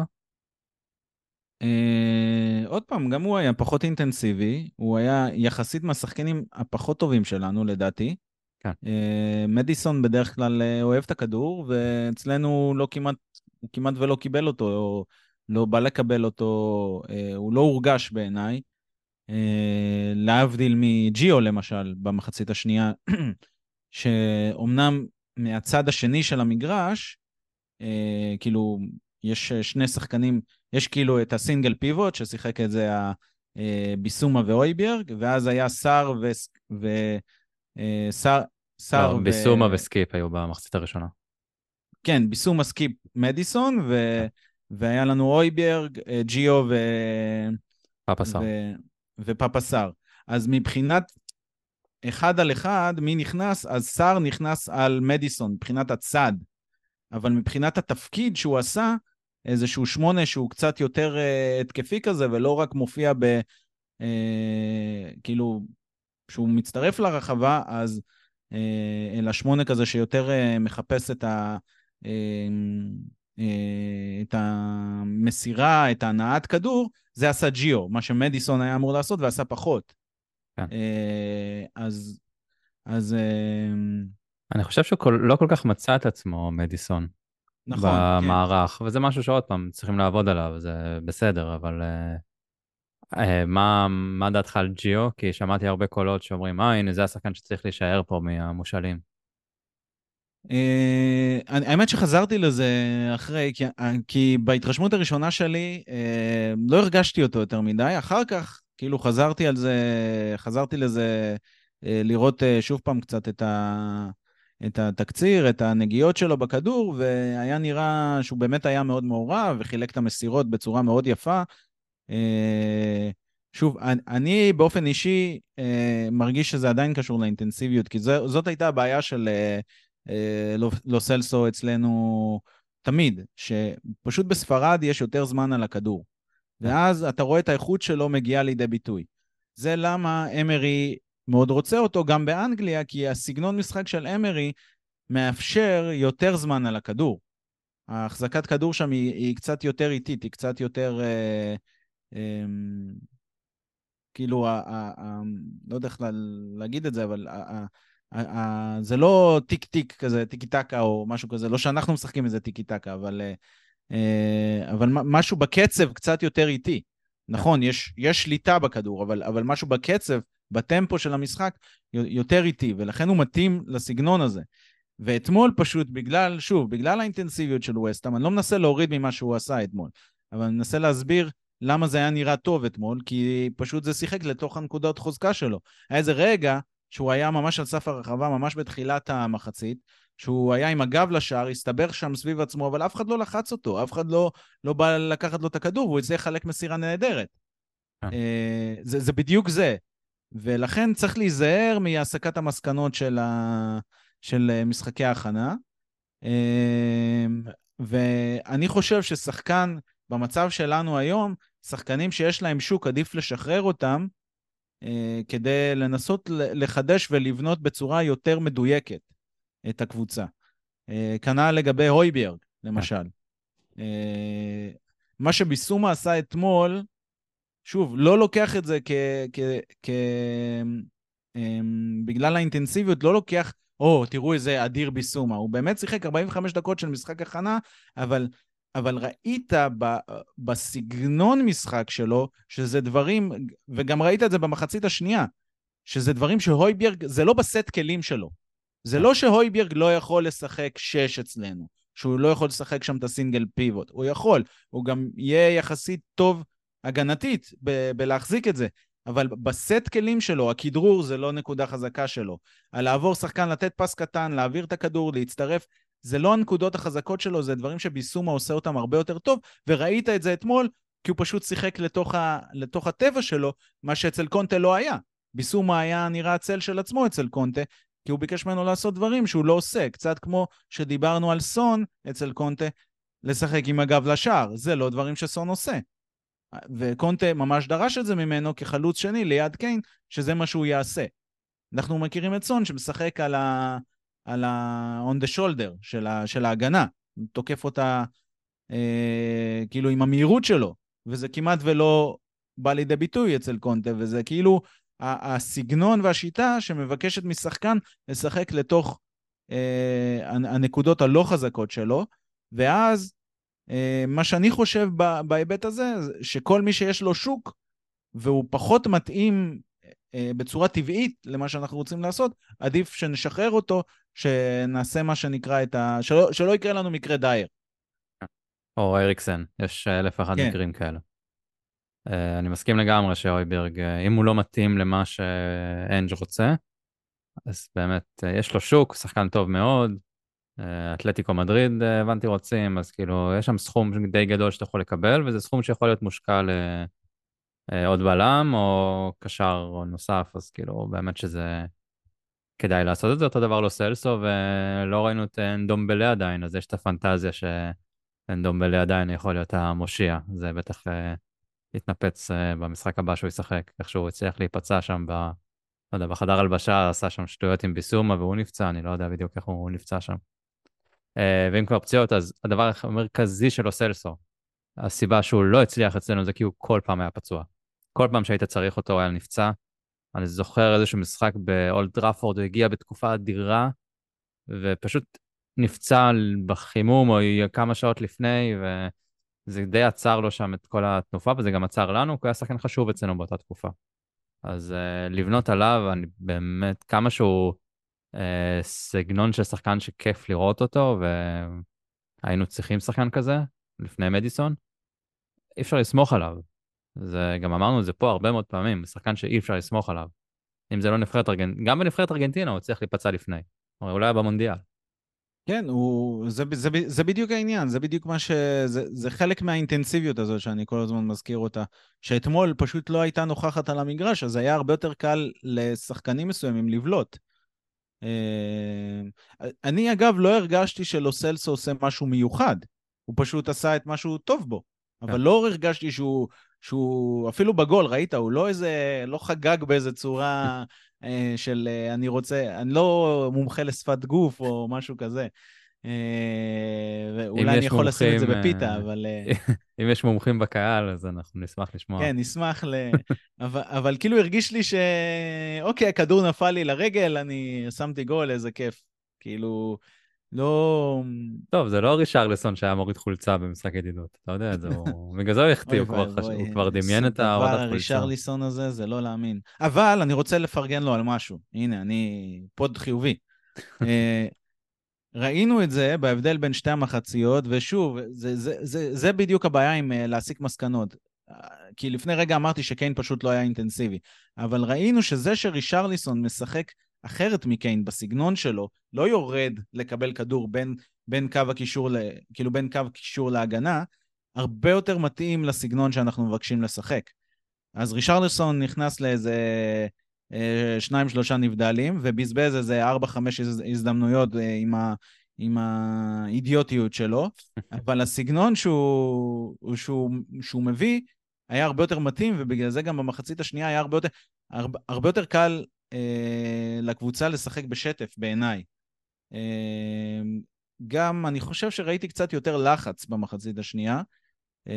אה, עוד פעם, גם הוא היה פחות אינטנסיבי, הוא היה יחסית מהשחקנים הפחות טובים שלנו, לדעתי. כן. אה, מדיסון בדרך כלל אה, אוהב את הכדור, ואצלנו הוא לא כמעט, הוא כמעט ולא קיבל אותו, או לא בא לקבל אותו, אה, הוא לא הורגש בעיניי. אה, להבדיל מג'יו למשל, במחצית השנייה, שאומנם מהצד השני של המגרש, אה, כאילו, יש שני שחקנים, יש כאילו את הסינגל פיבוט, ששיחק את זה ביסומה ואויברג, ואז היה סער ו... ו... אה, סער, לא, סער ו... ביסומה וסקיפ היו במחצית הראשונה. כן, ביסומה, סקיפ, מדיסון, ו... כן. והיה לנו אויברג, אה, ג'יו ו... פאפה ו... סאר. ופאפה סער. אז מבחינת אחד על אחד, מי נכנס? אז סער נכנס על מדיסון, מבחינת הצד. אבל מבחינת התפקיד שהוא עשה, איזשהו שמונה שהוא קצת יותר uh, התקפי כזה, ולא רק מופיע ב... Uh, כאילו, שהוא מצטרף לרחבה, אז uh, אלא שמונה כזה שיותר uh, מחפש את ה... Uh, uh, את המסירה, את הנעת כדור, זה עשה ג'יו, מה שמדיסון היה אמור לעשות ועשה פחות. כן. Uh, אז... אז uh, אני חושב שהוא כל- לא כל כך מצא את עצמו, מדיסון, נכון, כן. במערך, וזה משהו שעוד פעם צריכים לעבוד עליו, זה בסדר, אבל אה, אה, מה, מה דעתך על ג'יו? כי שמעתי הרבה קולות שאומרים, אה, הנה, זה השחקן שצריך להישאר פה מהמושאלים. אה, אני- האמת שחזרתי לזה אחרי, כי, אה, כי בהתרשמות הראשונה שלי אה, לא הרגשתי אותו יותר מדי, אחר כך כאילו חזרתי על זה, חזרתי לזה אה, לראות אה, שוב פעם קצת את ה... את התקציר, את הנגיעות שלו בכדור, והיה נראה שהוא באמת היה מאוד מעורב, וחילק את המסירות בצורה מאוד יפה. אה, שוב, אני, אני באופן אישי אה, מרגיש שזה עדיין קשור לאינטנסיביות, כי זו, זאת הייתה הבעיה של אה, אה, לא, לא סלסו אצלנו תמיד, שפשוט בספרד יש יותר זמן על הכדור, כן, ואז אתה רואה את האיכות שלו מגיעה לידי ביטוי. זה למה אמרי מאוד רוצה אותו גם באנגליה, כי הסגנון משחק של אמרי מאפשר יותר זמן על הכדור. ההחזקת כדור שם היא, היא קצת יותר איטית, היא קצת יותר... אה, אמ, כאילו, ה- ה- ה- לא יודע איך לה- להגיד את זה, אבל ה- ה- ה- זה לא טיק טיק כזה, טיקי טקה או משהו כזה, לא שאנחנו משחקים איזה טיקי טקה, אבל, אה, אה, אבל מ- משהו בקצב קצת יותר איטי. כן, נכון, יש, יש שליטה בכדור, אבל, אבל משהו בקצב, בטמפו של המשחק, יותר איטי, ולכן הוא מתאים לסגנון הזה. ואתמול פשוט בגלל, שוב, בגלל האינטנסיביות של ווסטהאם, אני לא מנסה להוריד ממה שהוא עשה אתמול, אבל אני מנסה להסביר למה זה היה נראה טוב אתמול, כי פשוט זה שיחק לתוך הנקודות חוזקה שלו. היה איזה רגע שהוא היה ממש על סף הרחבה, ממש בתחילת המחצית, שהוא היה עם הגב לשער, הסתבר שם סביב עצמו, אבל אף אחד לא לחץ אותו, אף אחד לא, לא בא לקחת לו את הכדור, והוא הצליח לחלק מסירה נהדרת. כן. אה, זה, זה בדיוק זה. ולכן צריך להיזהר מהסקת המסקנות של, ה... של משחקי ההכנה. ואני חושב ששחקן במצב שלנו היום, שחקנים שיש להם שוק, עדיף לשחרר אותם, כדי לנסות לחדש ולבנות בצורה יותר מדויקת את הקבוצה. כנ"ל לגבי הויברג, כן. למשל. מה שביסומה עשה אתמול, שוב, לא לוקח את זה כ... כ... כ... בגלל האינטנסיביות, לא לוקח, או, תראו איזה אדיר ביסומה. הוא באמת שיחק ארבעים וחמש דקות של משחק הכנה, אבל, אבל ראית ב, בסגנון משחק שלו, שזה דברים, וגם ראית את זה במחצית השנייה, שזה דברים שהויברג, זה לא בסט כלים שלו. זה כן. לא שהויברג לא יכול לשחק שש אצלנו, שהוא לא יכול לשחק שם את הסינגל פיבוט. הוא יכול, הוא גם יהיה יחסית טוב הגנתית ב- בלהחזיק את זה. אבל בסט כלים שלו, הכדרור זה לא נקודה חזקה שלו. על לעבור שחקן, לתת פס קטן, להעביר את הכדור, להצטרף, זה לא הנקודות החזקות שלו, זה דברים שביסומה עושה אותם הרבה יותר טוב, וראית את זה אתמול, כי הוא פשוט שיחק לתוך, ה, לתוך הטבע שלו, מה שאצל קונטה לא היה. ביסומה היה נראה צל של עצמו אצל קונטה, כי הוא ביקש ממנו לעשות דברים שהוא לא עושה, קצת כמו שדיברנו על סון אצל קונטה, לשחק עם הגב לשער, זה לא דברים שסון עושה. וקונטה ממש דרש את זה ממנו כחלוץ שני ליד קיין, שזה מה שהוא יעשה. אנחנו מכירים את סון שמשחק על ה... על ה... on the shoulder של, ה... של ההגנה, תוקף אותה אה, כאילו עם המהירות שלו, וזה כמעט ולא בא לידי ביטוי אצל קונטה, וזה כאילו הסגנון והשיטה שמבקשת משחקן לשחק לתוך אה, הנקודות הלא חזקות שלו, ואז אה, מה שאני חושב בהיבט הזה, שכל מי שיש לו שוק, והוא פחות מתאים אה, בצורה טבעית למה שאנחנו רוצים לעשות, עדיף שנשחרר אותו, שנעשה מה שנקרא את ה... שלא, שלא יקרה לנו מקרה דייר. או אריקסן, יש אלף ואחד כן. מקרים כאלה. Uh, אני מסכים לגמרי שאויברג, uh, אם הוא לא מתאים למה שאנג' רוצה, אז באמת uh, יש לו שוק, שחקן טוב מאוד, uh, אתלטיקו מדריד, uh, הבנתי רוצים, אז כאילו יש שם סכום די גדול שאתה יכול לקבל, וזה סכום שיכול להיות מושקע לעוד בלם או קשר נוסף, אז כאילו באמת שזה כדאי לעשות את זה. אותו דבר לא סלסו, ולא ראינו את אנדומבלה עדיין, אז יש את הפנטזיה שאנדומבלה עדיין יכול להיות המושיע, זה בטח... Uh, להתנפץ uh, במשחק הבא שהוא ישחק, איך שהוא הצליח להיפצע שם ב... לא יודע, בחדר הלבשה, עשה שם שטויות עם ביסומה והוא נפצע, אני לא יודע בדיוק איך הוא נפצע שם. Uh, ואם כבר פציעות, אז הדבר המרכזי שלו סלסו, הסיבה שהוא לא הצליח אצלנו זה כי הוא כל פעם היה פצוע. כל פעם שהיית צריך אותו היה נפצע. אני זוכר איזשהו משחק באולד טראפורד, הוא הגיע בתקופה אדירה, ופשוט נפצע בחימום או כמה שעות לפני, ו... זה די עצר לו שם את כל התנופה, וזה גם עצר לנו, כי הוא היה שחקן חשוב אצלנו באותה תקופה. אז uh, לבנות עליו, אני באמת, כמה שהוא uh, סגנון של שחקן שכיף לראות אותו, והיינו צריכים שחקן כזה, לפני מדיסון, אי אפשר לסמוך עליו. זה, גם אמרנו את זה פה הרבה מאוד פעמים, שחקן שאי אפשר לסמוך עליו. אם זה לא נבחרת ארגנטינה, גם בנבחרת ארגנטינה הוא צריך להיפצע לפני. הרי הוא לא היה במונדיאל. כן, הוא, זה, זה, זה בדיוק העניין, זה בדיוק מה ש... זה, זה חלק מהאינטנסיביות הזאת שאני כל הזמן מזכיר אותה, שאתמול פשוט לא הייתה נוכחת על המגרש, אז היה הרבה יותר קל לשחקנים מסוימים לבלוט. אה, אני אגב לא הרגשתי שלוסלסו עושה משהו מיוחד, הוא פשוט עשה את מה שהוא טוב בו, כן. אבל לא הרגשתי שהוא, שהוא אפילו בגול, ראית, הוא לא איזה, לא חגג באיזה צורה אה, של אה, אני רוצה, אני לא מומחה לשפת גוף או משהו כזה. אה, אם ואולי אני יש יכול לשים את זה מומחים, בפיתה, אה, אבל... אה, אם יש מומחים בקהל, אז אנחנו נשמח לשמוע. כן, נשמח ל... אבל, אבל כאילו הרגיש לי ש... אוקיי, הכדור נפל לי לרגל, אני שמתי גול, איזה כיף. כאילו, לא... טוב, זה לא רישרלסון שהיה מוריד חולצה במשחק ידידות, אתה יודע את זה, הוא... בגלל זה הוא החטיא, אוי הוא כבר, חש... ואבוי, הוא כבר דמיין איזה את דבר ההורדת חולצה. הרישרליסון הזה, זה לא להאמין. אבל אני רוצה לפרגן לו על משהו. הנה, אני פוד חיובי. אה, ראינו את זה בהבדל בין שתי המחציות, ושוב, זה, זה, זה, זה בדיוק הבעיה עם uh, להסיק מסקנות. Uh, כי לפני רגע אמרתי שקיין פשוט לא היה אינטנסיבי, אבל ראינו שזה שרישרליסון משחק אחרת מקיין בסגנון שלו, לא יורד לקבל כדור בין, בין קו הקישור, ל, כאילו בין קו קישור להגנה, הרבה יותר מתאים לסגנון שאנחנו מבקשים לשחק. אז רישרליסון נכנס לאיזה שניים שלושה נבדלים, ובזבז איזה ארבע חמש הזדמנויות עם, ה, עם האידיוטיות שלו, אבל הסגנון שהוא, שהוא, שהוא מביא היה הרבה יותר מתאים, ובגלל זה גם במחצית השנייה היה הרבה יותר, הרבה, הרבה יותר קל אה, לקבוצה לשחק בשטף בעיניי. אה, גם אני חושב שראיתי קצת יותר לחץ במחצית השנייה, אה,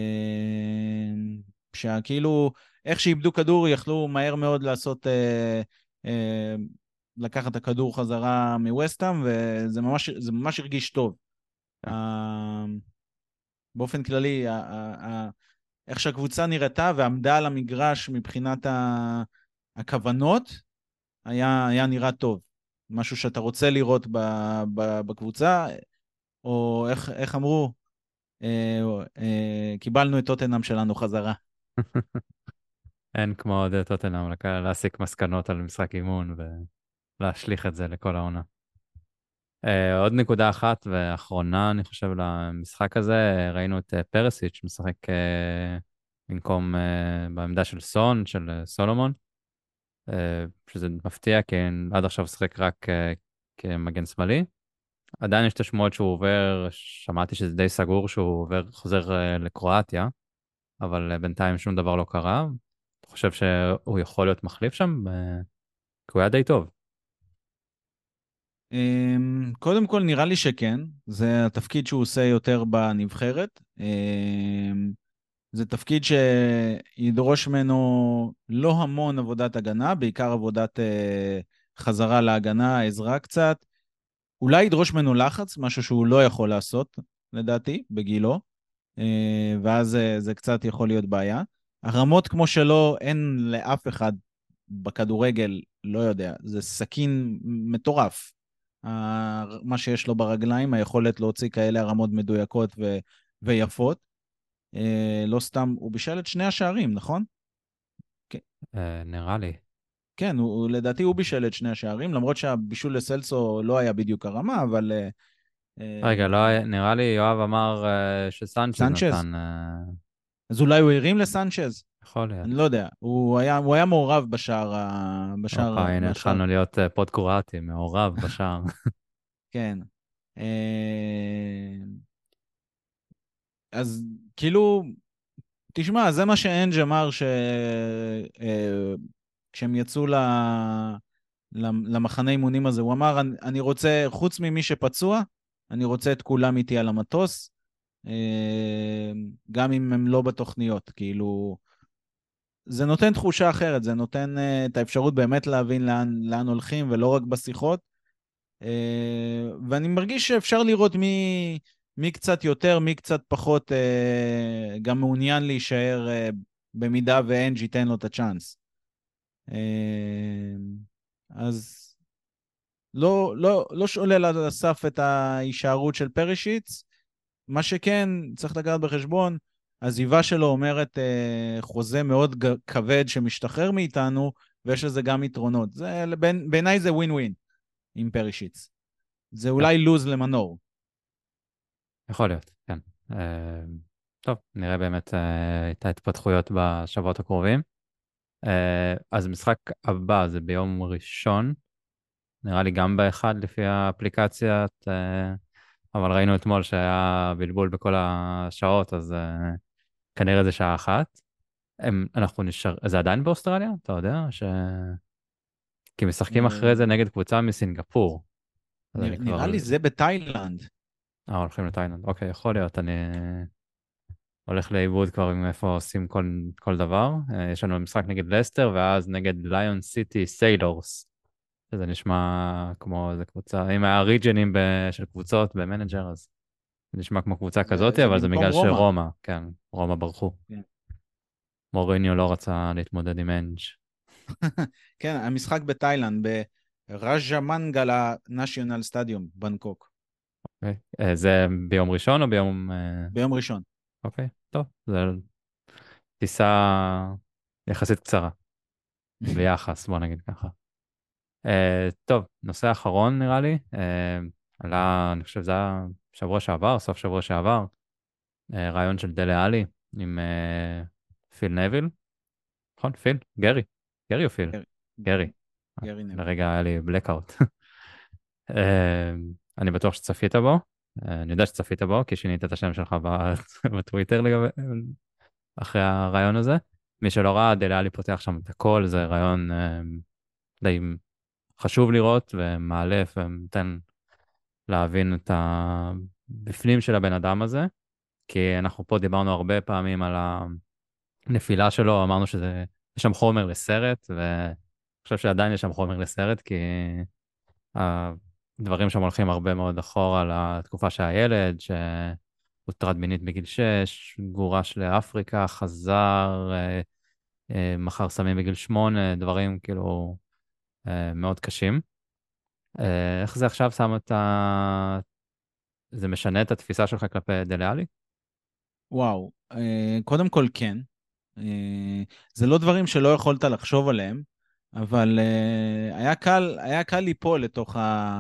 שכאילו איך שאיבדו כדור יכלו מהר מאוד לעשות, אה, אה, לקחת את הכדור חזרה מווסטהאם, וזה ממש, זה ממש הרגיש טוב. אה, באופן כללי, אה, אה, איך שהקבוצה נראתה ועמדה על המגרש מבחינת ה, הכוונות, היה, היה נראה טוב. משהו שאתה רוצה לראות ב, ב, בקבוצה, או איך, איך אמרו, אה, אה, קיבלנו את טוטנהאם שלנו חזרה. אין כמו אוהדי טוטנהאם להסיק מסקנות על משחק אימון ולהשליך את זה לכל העונה. Uh, עוד נקודה אחת ואחרונה, אני חושב, למשחק הזה, ראינו את uh, פרסיץ' משחק uh, במקום uh, בעמדה של סון, של uh, סולומון. אה, שזה מפתיע, כי עד עכשיו שחק רק אה, כמגן שמאלי. עדיין יש את השמועות שהוא עובר, שמעתי שזה די סגור שהוא עובר, חוזר אה, לקרואטיה, אבל אה, בינתיים שום דבר לא קרה. אתה חושב שהוא יכול להיות מחליף שם? אה, כי הוא היה די טוב. אמ, קודם כל, נראה לי שכן. זה התפקיד שהוא עושה יותר בנבחרת. אמ, זה תפקיד שידרוש ממנו לא המון עבודת הגנה, בעיקר עבודת אה, חזרה להגנה, עזרה קצת. אולי ידרוש ממנו לחץ, משהו שהוא לא יכול לעשות, לדעתי, בגילו, אה, ואז אה, זה קצת יכול להיות בעיה. הרמות כמו שלו, אין לאף אחד בכדורגל, לא יודע, זה סכין מטורף. ה- מה שיש לו ברגליים, היכולת להוציא כאלה הרמות מדויקות ו- ויפות. אה, לא סתם, הוא בישל את שני השערים, נכון? כן, אה, נראה לי. כן, הוא, הוא- לדעתי הוא בישל את שני השערים, למרות שהבישול לסלסו לא היה בדיוק הרמה, אבל אה, רגע, לא, אה, היה- נראה לי יואב אמר אה, שסנצ'ז סנצ'ז? נתן, אה, אז אולי הוא הרים לסנצ'ז? יכול להיות. אני לא יודע. הוא היה, הוא היה מעורב בשער, ה- בשער, הופה, הנה בשער, התחלנו להיות אה, פוד קרואטי, מעורב בשער. כן. אה, אז כאילו, תשמע, זה מה שאנג' אמר ש... אה, כשהם יצאו ל... למחנה אימונים הזה, הוא אמר, אני, אני רוצה, חוץ ממי שפצוע, אני רוצה את כולם איתי על המטוס, אה, גם אם הם לא בתוכניות, כאילו, זה נותן תחושה אחרת, זה נותן uh, את האפשרות באמת להבין לאן, לאן הולכים, ולא רק בשיחות. Uh, ואני מרגיש שאפשר לראות מי, מי קצת יותר, מי קצת פחות, uh, גם מעוניין להישאר uh, במידה ואנג' ייתן לו את הצ'אנס. Uh, אז לא, לא, לא שולל על הסף את ההישארות של פרישיץ. מה שכן, צריך לקחת בחשבון, העזיבה שלו אומרת אה, חוזה מאוד ג- כבד שמשתחרר מאיתנו, ויש לזה גם יתרונות. זה, בין, בעיניי זה ווין ווין עם פרישיץ. זה כן, אולי לוז למנור. יכול להיות, כן. אה, טוב, נראה באמת אה, את ההתפתחויות בשבועות הקרובים. אה, אז המשחק הבא זה ביום ראשון, נראה לי גם באחד לפי האפליקציה, אה, אבל ראינו אתמול שהיה בלבול בכל השעות, אז אה, כנראה זה שעה אחת. הם, אנחנו נשאר, זה עדיין באוסטרליה? אתה יודע? ש... כי משחקים אחרי זה אה, נגד קבוצה מסינגפור, אז נרא, אני נראה כבר... לי זה בתאילנד. אה, הולכים לתאילנד. אוקיי, יכול להיות, אני הולך לאיבוד כבר עם איפה עושים כל, כל דבר. אה, יש לנו משחק נגד לסטר, ואז נגד ליון סיטי סיילורס. שזה נשמע כמו איזה קבוצה, אם היה ריג'נים ב- של קבוצות במנג'ר, אז זה נשמע כמו קבוצה זה, כזאת, זה אבל זה במקום בגלל רומא. שרומא, כן, רומא ברחו. כן. מוריניו לא רצה להתמודד עם אנג'. כן, המשחק בתאילנד, בראז'ה מנגלה נשיונל סטדיום, בנקוק, אוקיי. אה, זה ביום ראשון או ביום... אה, ביום ראשון. אוקיי, טוב, זה טיסה יחסית קצרה, ביחס, בוא נגיד ככה. אה, טוב, נושא אחרון נראה לי, אה, עלה, אני חושב שזה היה שבוע שעבר, סוף שבוע שעבר, אה, רעיון של דלה עלי עם אה, פיל נביל, נכון? פיל? גרי. גרי או פיל? גרי, גרי. אה, גרי נבל. לרגע היה לי blackout. אה, אני בטוח שצפית בו, אה, אני יודע שצפית בו, כי שינית את השם שלך ב- בטוויטר לגבי, אחרי הרעיון הזה. מי שלא ראה, דלה עלי פותח שם את הכל, זה רעיון אה, די חשוב לראות ומאלף ונותן להבין את הבפנים של הבן אדם הזה, כי אנחנו פה דיברנו הרבה פעמים על הנפילה שלו, אמרנו שזה, יש שם חומר לסרט, ואני חושב שעדיין יש שם חומר לסרט, כי הדברים שם הולכים הרבה מאוד אחורה לתקופה שהילד, שהוטרד מינית בגיל שש, גורש לאפריקה, חזר, אה, אה, מכר סמים בגיל שמונה, דברים כאילו אה, מאוד קשים. אה, איך זה עכשיו שם את ה... זה משנה את התפיסה שלך כלפי דלה עלי? וואו, אה, קודם כל כן. אה, זה לא דברים שלא יכולת לחשוב עליהם, אבל אה, היה קל, היה קל ליפול לתוך ה-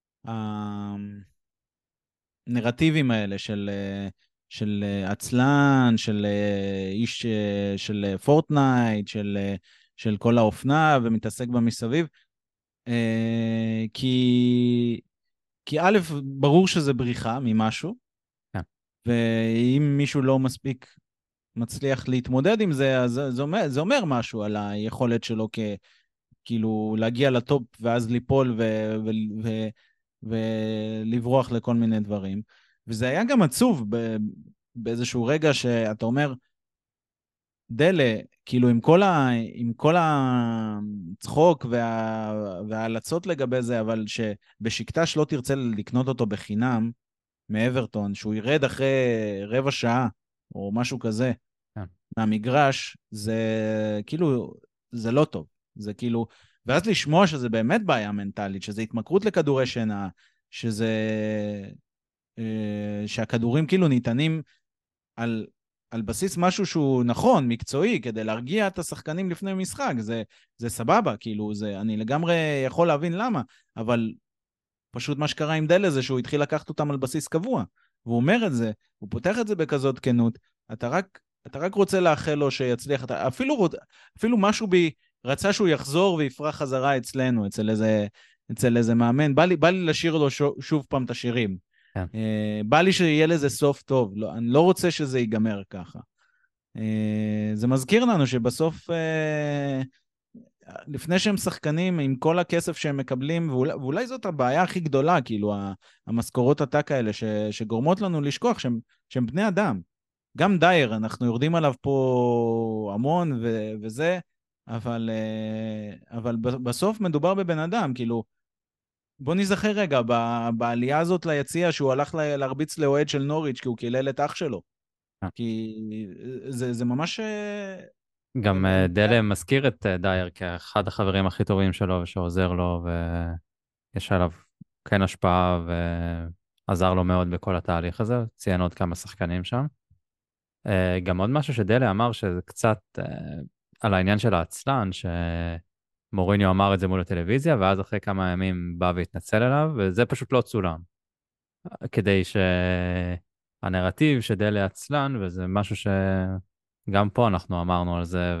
הנרטיבים האלה של, אה, של אה, עצלן, של אה, איש, אה, של אה, פורטנייט, של, אה, של כל האופנה ומתעסק בה מסביב, אה, כי, כי א', ברור שזה בריחה ממשהו, כן. ואם מישהו לא מספיק מצליח להתמודד עם זה, אז זה אומר, זה אומר משהו על היכולת שלו כ, כאילו להגיע לטופ ואז ליפול ו, ו, ו, ולברוח לכל מיני דברים. וזה היה גם עצוב ב, באיזשהו רגע שאתה אומר, דלה, כאילו עם כל, ה, עם כל הצחוק וה, וההלצות לגבי זה, אבל שבשקטש לא תרצה לקנות אותו בחינם מאברטון, שהוא ירד אחרי רבע שעה או משהו כזה כן. מהמגרש, זה כאילו, זה לא טוב. זה כאילו, ואז לשמוע שזה באמת בעיה מנטלית, שזה התמכרות לכדורי שינה, שזה, אה, שהכדורים כאילו ניתנים על, על בסיס משהו שהוא נכון, מקצועי, כדי להרגיע את השחקנים לפני משחק, זה, זה סבבה, כאילו, זה, אני לגמרי יכול להבין למה, אבל פשוט מה שקרה עם דלה זה שהוא התחיל לקחת אותם על בסיס קבוע, והוא אומר את זה, הוא פותח את זה בכזאת כנות, אתה רק, אתה רק רוצה לאחל לו שיצליח, אתה, אפילו, אפילו משהו בי רצה שהוא יחזור ויפרח חזרה אצלנו, אצל איזה, אצל איזה מאמן, בא לי, בא לי לשיר לו שוב, שוב פעם את השירים. כן. Uh, בא לי שיהיה לזה סוף טוב, לא, אני לא רוצה שזה ייגמר ככה. Uh, זה מזכיר לנו שבסוף, uh, לפני שהם שחקנים, עם כל הכסף שהם מקבלים, ואולי, ואולי זאת הבעיה הכי גדולה, כאילו, המשכורות עתק האלה, ש, שגורמות לנו לשכוח שהם, שהם בני אדם. גם דייר, אנחנו יורדים עליו פה המון ו, וזה, אבל, uh, אבל בסוף מדובר בבן אדם, כאילו, בוא נזכר רגע, בעלייה הזאת ליציע, שהוא הלך להרביץ לאוהד של נוריץ', כי הוא קילל את אח שלו. כי זה, זה ממש... גם דלה מזכיר את דייר כאחד החברים הכי טובים שלו, ושעוזר לו, ויש עליו כן השפעה, ועזר לו מאוד בכל התהליך הזה, ציין עוד כמה שחקנים שם. גם עוד משהו שדלה אמר, שזה קצת על העניין של העצלן, ש... מוריניו אמר את זה מול הטלוויזיה, ואז אחרי כמה ימים בא והתנצל אליו, וזה פשוט לא צולם. כדי שהנרטיב שדלה עצלן, וזה משהו שגם פה אנחנו אמרנו על זה,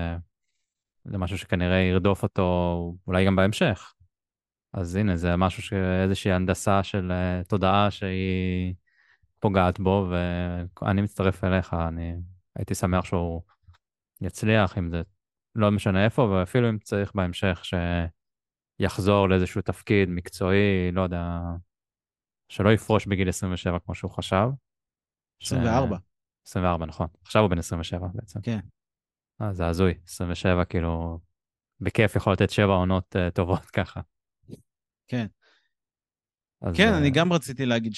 וזה משהו שכנראה ירדוף אותו אולי גם בהמשך. אז הנה, זה משהו שאיזושהי הנדסה של תודעה שהיא פוגעת בו, ואני מצטרף אליך, אני הייתי שמח שהוא יצליח עם זה. לא משנה איפה, ואפילו אם צריך בהמשך שיחזור לאיזשהו תפקיד מקצועי, לא יודע, שלא יפרוש בגיל עשרים ושבע כמו שהוא חשב. עשרים וארבע. ש... עשרים וארבע, נכון. עכשיו הוא בן עשרים ושבע בעצם. כן. אה, זה הזוי, עשרים ושבע, כאילו, בכיף יכול לתת שבע עונות uh, טובות ככה. כן. אז, כן, uh... אני גם רציתי להגיד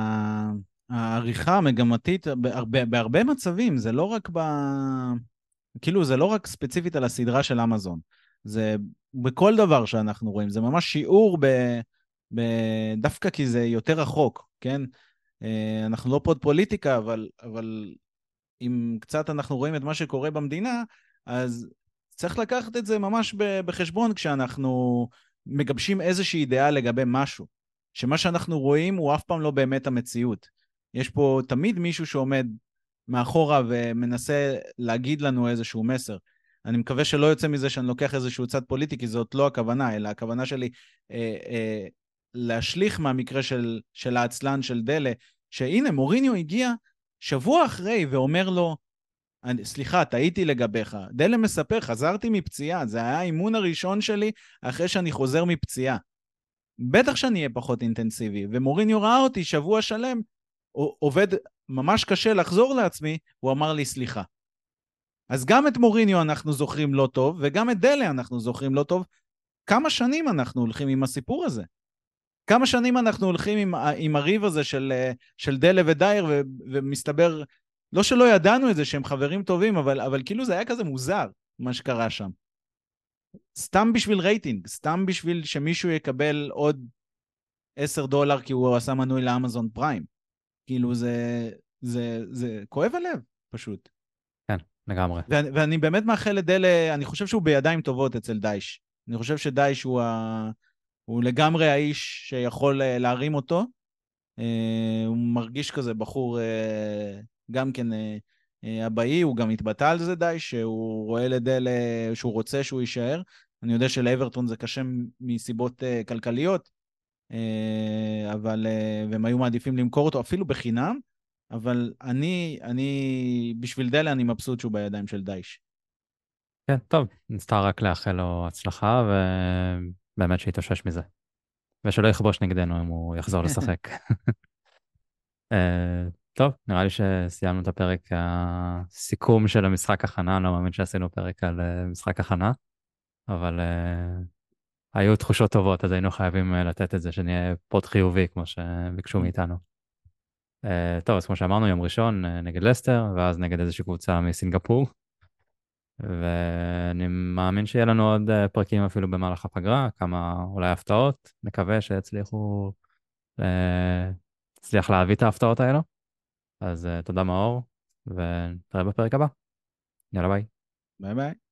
שהעריכה המגמתית, בהרבה, בהרבה מצבים, זה לא רק ב... כאילו, זה לא רק ספציפית על הסדרה של אמזון, זה בכל דבר שאנחנו רואים, זה ממש שיעור ב... ב... דווקא כי זה יותר רחוק, כן? אנחנו לא פוד פוליטיקה, אבל, אבל אם קצת אנחנו רואים את מה שקורה במדינה, אז צריך לקחת את זה ממש בחשבון כשאנחנו מגבשים איזושהי אידאה לגבי משהו, שמה שאנחנו רואים הוא אף פעם לא באמת המציאות. יש פה תמיד מישהו שעומד מאחורה ומנסה להגיד לנו איזשהו מסר. אני מקווה שלא יוצא מזה שאני לוקח איזשהו צד פוליטי, כי זאת לא הכוונה, אלא הכוונה שלי אה, אה, להשליך מהמקרה של, של העצלן של דלה, שהנה מוריניו הגיע שבוע אחרי ואומר לו, סליחה, טעיתי לגביך. דלה מספר, חזרתי מפציעה, זה היה האימון הראשון שלי אחרי שאני חוזר מפציעה. בטח שאני אהיה פחות אינטנסיבי, ומוריניו ראה אותי שבוע שלם, עובד ממש קשה לחזור לעצמי, הוא אמר לי סליחה. אז גם את מוריניו אנחנו זוכרים לא טוב, וגם את דלה אנחנו זוכרים לא טוב. כמה שנים אנחנו הולכים עם הסיפור הזה? כמה שנים אנחנו הולכים עם, עם הריב הזה של, של דלה ודייר, ו, ומסתבר, לא שלא ידענו את זה שהם חברים טובים, אבל, אבל כאילו זה היה כזה מוזר, מה שקרה שם. סתם בשביל רייטינג, סתם בשביל שמישהו יקבל עוד עשר דולר, כי הוא עשה מנוי לאמזון פריים. כאילו זה, זה, זה כואב הלב, פשוט. כן, לגמרי. ואני, ואני באמת מאחל לדלה, אני חושב שהוא בידיים טובות אצל דייש. אני חושב שדייש הוא, ה, הוא לגמרי האיש שיכול להרים אותו. הוא מרגיש כזה בחור, גם כן אה, הבאי, הוא גם התבטא על זה די, שהוא רואה לדל, אה, שהוא רוצה שהוא יישאר. אני יודע שלאברטון זה קשה מסיבות אה, כלכליות, אה, אבל, אה, והם היו מעדיפים למכור אותו אפילו בחינם, אבל אני, אני, בשביל דלה אני מבסוט שהוא בידיים של דייש. כן, טוב, נצטרך רק לאחל לו הצלחה, ובאמת שיתאושש מזה. ושלא יכבוש נגדנו אם הוא יחזור לשחק. אה, טוב, נראה לי שסיימנו את הפרק, הסיכום של המשחק הכנה, אני לא מאמין שעשינו פרק על אה, משחק הכנה, אבל אה, היו תחושות טובות, אז היינו חייבים אה, לתת את זה, שנהיה פוד חיובי, כמו שביקשו מאיתנו. אה, טוב, אז כמו שאמרנו, יום ראשון אה, נגד לסטר, ואז נגד איזושהי קבוצה מסינגפור, ואני מאמין שיהיה לנו עוד אה, פרקים אפילו במהלך הפגרה, כמה אולי הפתעות, נקווה שיצליחו, אה, תצליח להביא את ההפתעות האלו. אז uh, תודה מאור, ונתראה בפרק הבא. יאללה ביי. ביי ביי.